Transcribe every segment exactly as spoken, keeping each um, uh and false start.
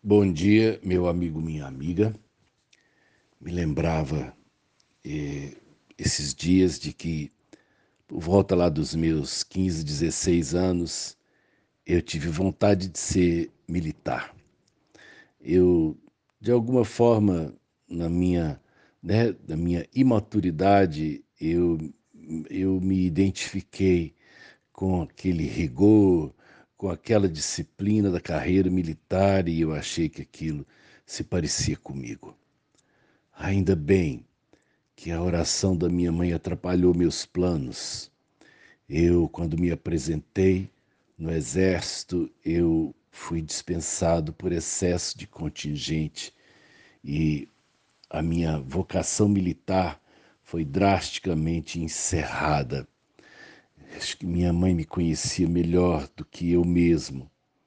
Bom dia, meu amigo, minha amiga. Me lembrava eh, esses dias de que, por volta lá dos meus quinze, dezesseis anos, eu tive vontade de ser militar. Eu, de alguma forma, na minha, né, na minha imaturidade, eu, eu me identifiquei com aquele rigor, com aquela disciplina da carreira militar e eu achei que aquilo se parecia comigo. Ainda bem que a oração da minha mãe atrapalhou meus planos. Eu, quando me apresentei no exército, eu fui dispensado por excesso de contingente e a minha vocação militar foi drasticamente encerrada. Acho que minha mãe me conhecia melhor do que eu mesmo.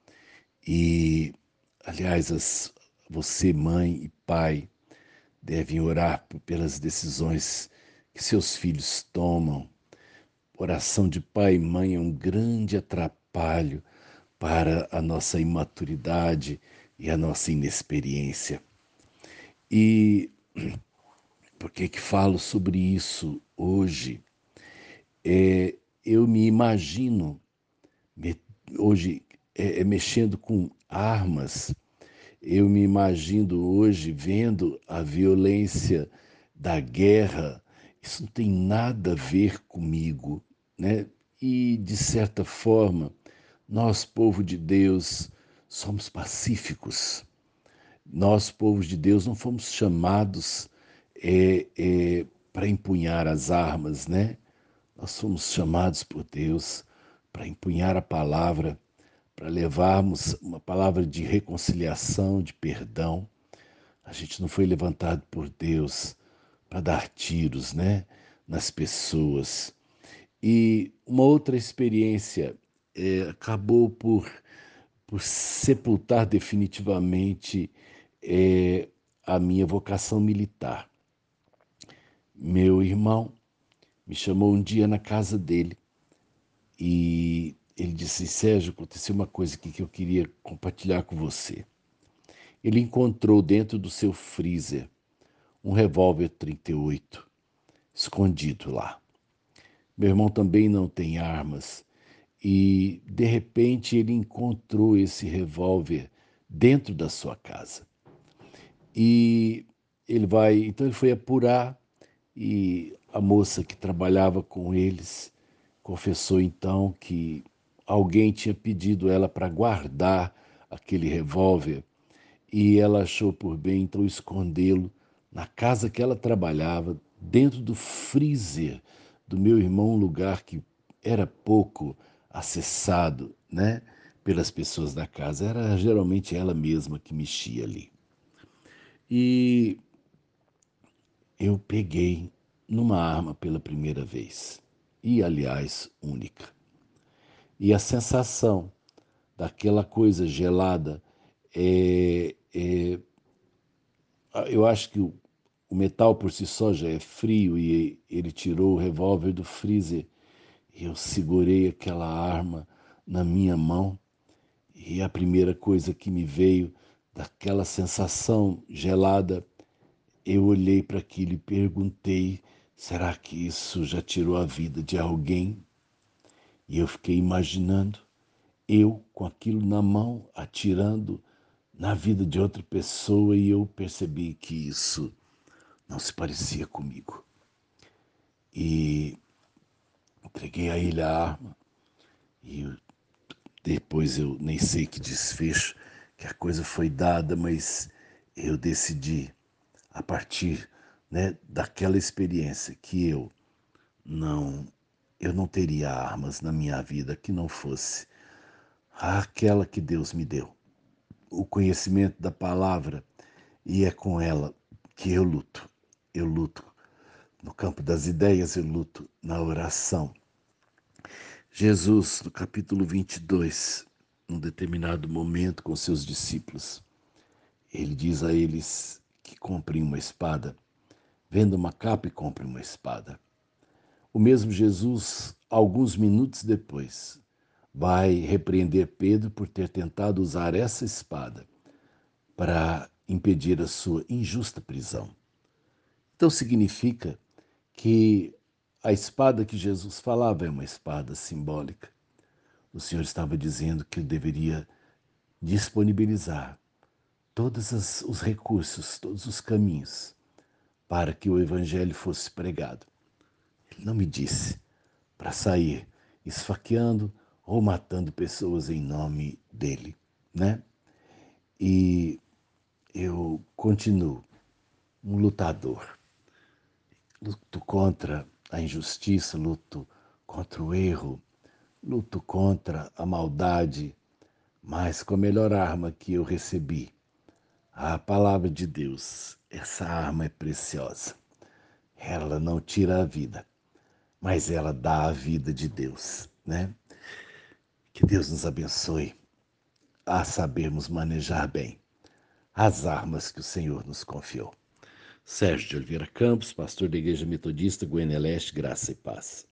E, aliás, as, você, mãe e pai, devem orar pelas decisões que seus filhos tomam. Oração de pai e mãe é um grande atrapalho para a nossa imaturidade e a nossa inexperiência. E por que que falo sobre isso hoje? É, eu me imagino me, hoje é, é, mexendo com armas. Eu me imagino hoje vendo a violência da guerra. Isso não tem nada a ver comigo, né? E, de certa forma, nós, povo de Deus, somos pacíficos. Nós, povo de Deus, não fomos chamados é, é, para empunhar as armas, né? Nós fomos chamados por Deus para empunhar a palavra, para levarmos uma palavra de reconciliação, de perdão. A gente não foi levantado por Deus para dar tiros, né, nas pessoas. E uma outra experiência é, acabou por, por sepultar definitivamente é, a minha vocação militar. Meu irmão me chamou um dia na casa dele e ele disse: Sérgio, aconteceu uma coisa aqui que eu queria compartilhar com você. Ele encontrou dentro do seu freezer um revólver trinta e oito escondido lá. Meu irmão também não tem armas e, de repente, ele encontrou esse revólver dentro da sua casa. E ele vai, então ele foi apurar e a moça que trabalhava com eles confessou então que alguém tinha pedido ela para guardar aquele revólver e ela achou por bem então escondê-lo na casa que ela trabalhava, dentro do freezer do meu irmão, um lugar que era pouco acessado, né, pelas pessoas da casa. Era geralmente ela mesma que mexia ali. E eu peguei numa arma pela primeira vez, e aliás, única. E a sensação daquela coisa gelada é, é eu acho que o, o metal por si só já é frio e ele tirou o revólver do freezer e eu segurei aquela arma na minha mão e a primeira coisa que me veio daquela sensação gelada, eu olhei para aquilo e perguntei: será que isso já tirou a vida de alguém? E eu fiquei imaginando eu com aquilo na mão, atirando na vida de outra pessoa, e eu percebi que isso não se parecia comigo. E entreguei a ele a arma e depois eu nem sei que desfecho, que a coisa foi dada, mas eu decidi, a partir, né, daquela experiência, que eu não, eu não teria armas na minha vida que não fosse aquela que Deus me deu, o conhecimento da palavra, e é com ela que eu luto. Eu luto no campo das ideias, eu luto na oração. Jesus, no capítulo vinte e dois, num determinado momento com seus discípulos, ele diz a eles que comprem uma espada, venda uma capa e comprem uma espada. O mesmo Jesus, alguns minutos depois, vai repreender Pedro por ter tentado usar essa espada para impedir a sua injusta prisão. Então significa que a espada que Jesus falava é uma espada simbólica. O Senhor estava dizendo que eu deveria disponibilizar todos os recursos, todos os caminhos para que o Evangelho fosse pregado. Ele não me disse para sair esfaqueando ou matando pessoas em nome dele, né? E eu continuo um lutador. Luto contra a injustiça, luto contra o erro, luto contra a maldade, mas com a melhor arma que eu recebi, a palavra de Deus. Essa arma é preciosa. Ela não tira a vida, mas ela dá a vida de Deus, né? Que Deus nos abençoe a sabermos manejar bem as armas que o Senhor nos confiou. Sérgio de Oliveira Campos, pastor da Igreja Metodista Goiânia Leste, Graça e Paz.